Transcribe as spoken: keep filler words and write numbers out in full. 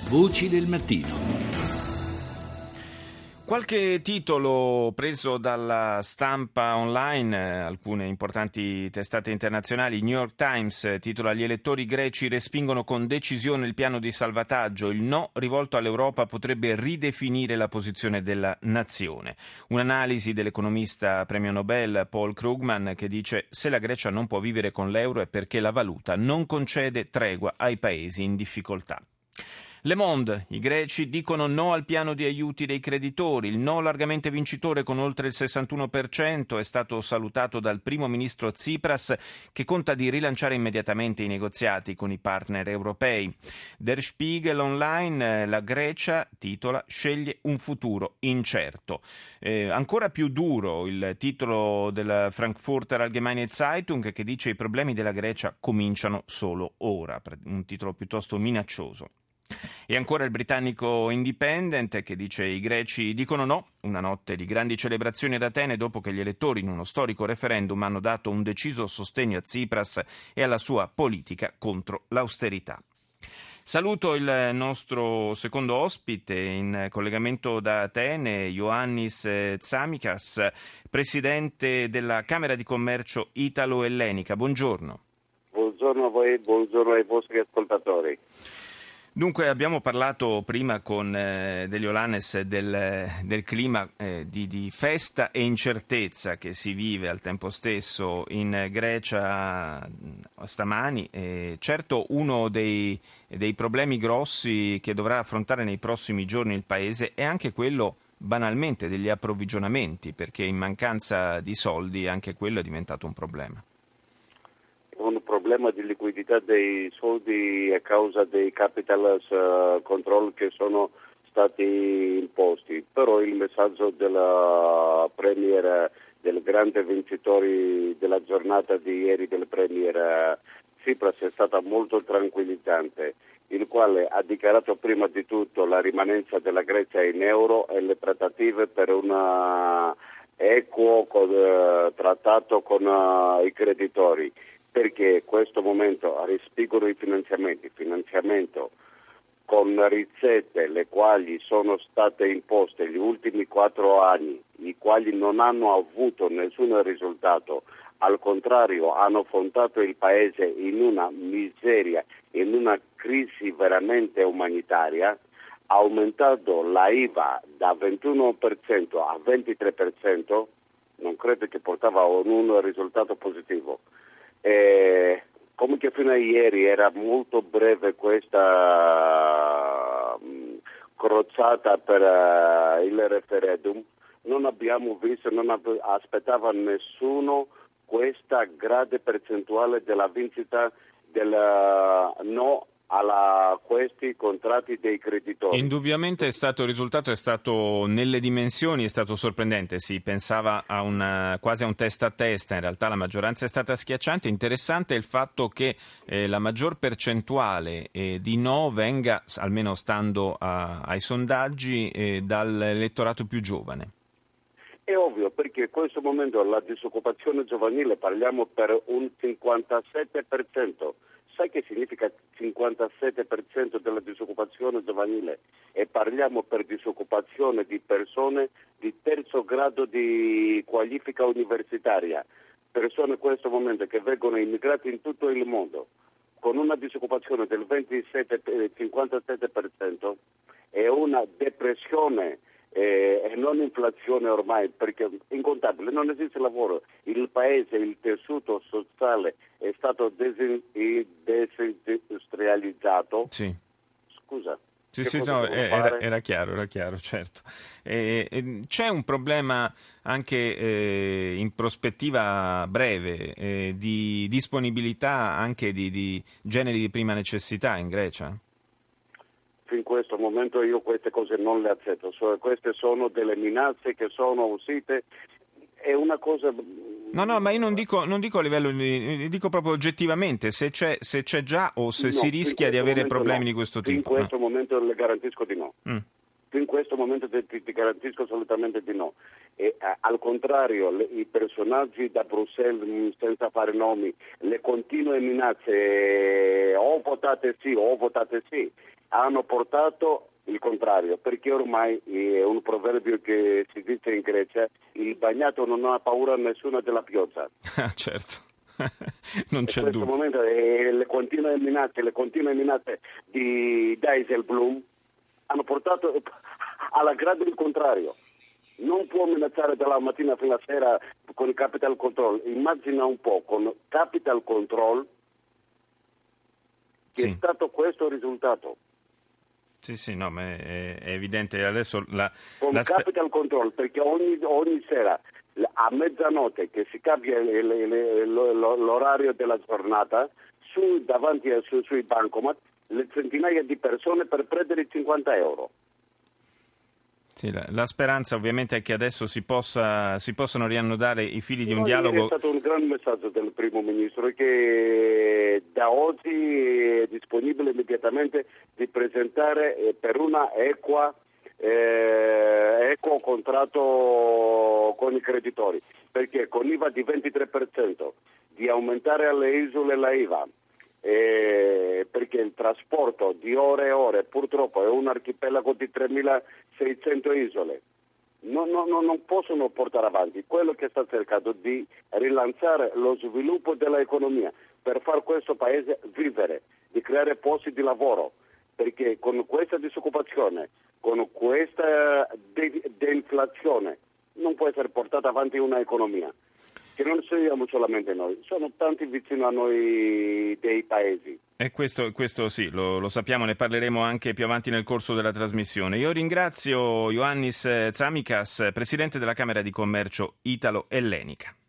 Voci del mattino. Qualche titolo preso dalla stampa online, eh, alcune importanti testate internazionali. New York Times titola: gli elettori greci respingono con decisione il piano di salvataggio, il no rivolto all'Europa potrebbe ridefinire la posizione della nazione. Un'analisi dell'economista premio Nobel Paul Krugman che dice: se la Grecia non può vivere con l'euro è perché la valuta non concede tregua ai paesi in difficoltà. Le Monde, i greci dicono no al piano di aiuti dei creditori, il no largamente vincitore con oltre il sessantuno per cento è stato salutato dal primo ministro Tsipras che conta di rilanciare immediatamente i negoziati con i partner europei. Der Spiegel Online, la Grecia, titola, sceglie un futuro incerto. Eh, ancora più duro il titolo della Frankfurter Allgemeine Zeitung che dice i problemi della Grecia cominciano solo ora, un titolo piuttosto minaccioso. E ancora il britannico Independent che dice i greci dicono no, una notte di grandi celebrazioni ad Atene dopo che gli elettori in uno storico referendum hanno dato un deciso sostegno a Tsipras e alla sua politica contro l'austerità. Saluto il nostro secondo ospite in collegamento da Atene, Ioannis Tsamikas, presidente della Camera di Commercio Italo-Ellenica. Buongiorno. Buongiorno a voi, buongiorno ai vostri ascoltatori. Dunque abbiamo parlato prima con eh, Deliolannes del, del clima eh, di, di festa e incertezza che si vive al tempo stesso in Grecia stamani. Eh, certo uno dei, dei problemi grossi che dovrà affrontare nei prossimi giorni il Paese è anche quello banalmente degli approvvigionamenti, perché in mancanza di soldi anche quello è diventato un problema. Un problema di liquidità dei soldi a causa dei capital uh, control che sono stati imposti, però il messaggio della Premier, del grande vincitore della giornata di ieri del Premier Tsipras è stata molto tranquillizzante, il quale ha dichiarato prima di tutto la rimanenza della Grecia in euro e le trattative per un equo uh, trattato con uh, i creditori. Perché in questo momento respingono i finanziamenti, finanziamento con ricette le quali sono state imposte negli ultimi quattro anni, i quali non hanno avuto nessun risultato, al contrario hanno affrontato il Paese in una miseria, in una crisi veramente umanitaria, aumentando la I V A da ventuno per cento a ventitré per cento, non credo che portava a un risultato positivo. Eh, come che fino a ieri era molto breve questa um, crociata per uh, il referendum, non abbiamo visto, non ab- aspettava nessuno questa grande percentuale della vincita del uh, no a questi contratti dei creditori. Indubbiamente è stato, il risultato è stato nelle dimensioni, è stato sorprendente, si pensava a una, quasi a un testa a testa, in realtà la maggioranza è stata schiacciante. Interessante il fatto che eh, la maggior percentuale eh, di no venga, almeno stando a, ai sondaggi, eh, dall'elettorato più giovane. È ovvio, perché in questo momento la disoccupazione giovanile parliamo per un cinquantasette per cento. Sai che significa cinquantasette per cento della disoccupazione giovanile? E parliamo per disoccupazione di persone di terzo grado di qualifica universitaria, persone in questo momento che vengono immigrati in tutto il mondo, con una disoccupazione del ventisette cinquantasette per cento e una depressione eh, e non inflazione ormai, perché incontabile, non esiste lavoro, il paese, il tessuto sociale è stato desindustrializzato. Sì. Scusa. Sì, sì, no, era, era chiaro, era chiaro, certo. E, e, c'è un problema anche eh, in prospettiva breve eh, di disponibilità anche di, di generi di prima necessità in Grecia? In questo momento io queste cose non le accetto, so, queste sono delle minacce che sono uscite, è una cosa... No, no, ma io non dico, non dico a livello, di, dico proprio oggettivamente, se c'è, se c'è già o se no, si rischia di avere problemi no. di questo In tipo. In questo no. momento le garantisco di no. Mm. In questo momento ti, ti garantisco assolutamente di no. E, eh, al contrario, le, i personaggi da Bruxelles, senza fare nomi, le continue minacce, eh, o votate sì o votate sì, hanno portato il contrario, perché ormai è un proverbio che si dice in Grecia: il bagnato non ha paura nessuna della pioggia. Ah, certo. Non c'è in questo dubbio. momento eh, le continue minacce, le continue minacce di Dijsselbloem hanno portato alla grande il contrario. Non può minacciare dalla mattina fino alla sera con il capital control. Immagina un po', con capital control che Sì. è stato questo il risultato. Sì, sì, no, ma è, è evidente. Adesso la, Con la spe- capital control, perché ogni, ogni sera a mezzanotte che si cambia il- il- il- l'orario della giornata, su, davanti a, su, sui bancomat, le centinaia di persone per prendere cinquanta euro. sì, la, la speranza ovviamente è che adesso si, possa, si possano riannodare i fili di un No, ieri dialogo. è stato un gran messaggio del primo ministro che da oggi è disponibile immediatamente di presentare eh, per una equa eh, equo contratto con i creditori, perché con l'I V A di ventitré per cento, di aumentare alle isole la I V A, eh, perché il trasporto di ore e ore purtroppo è un archipelago di tremilaseicento isole. No, no, no, non possono portare avanti quello che sta cercando di rilanciare lo sviluppo dell'economia, per far questo paese vivere, di creare posti di lavoro, perché con questa disoccupazione, con questa de- deinflazione non può essere portata avanti un'economia. Che non siamo solamente noi, sono tanti vicino a noi dei paesi. E questo, questo sì, lo, lo sappiamo, ne parleremo anche più avanti nel corso della trasmissione. Io ringrazio Ioannis Tsamikas, presidente della Camera di Commercio Italo-Ellenica.